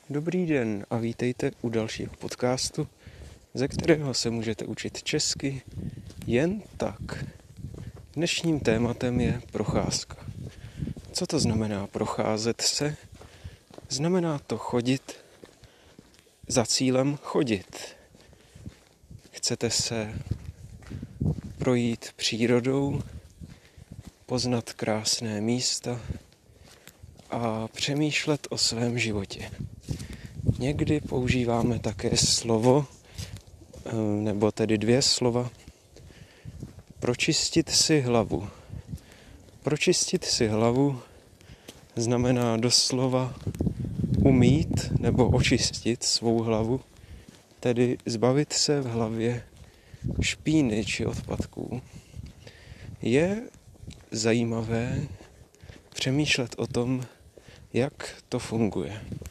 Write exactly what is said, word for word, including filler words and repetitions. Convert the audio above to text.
Dobrý den a vítejte u dalšího podcastu, ze kterého se můžete učit česky jen tak. Dnešním tématem je procházka. Co to znamená procházet se? Znamená to chodit za cílem chodit. Chcete se projít přírodou, poznat krásné místa a přemýšlet o svém životě. Někdy používáme také slovo, nebo tedy dvě slova, pročistit si hlavu. Pročistit si hlavu znamená doslova umýt nebo očistit svou hlavu, tedy zbavit se v hlavě špíny či odpadků. Je zajímavé přemýšlet o tom, jak to funguje.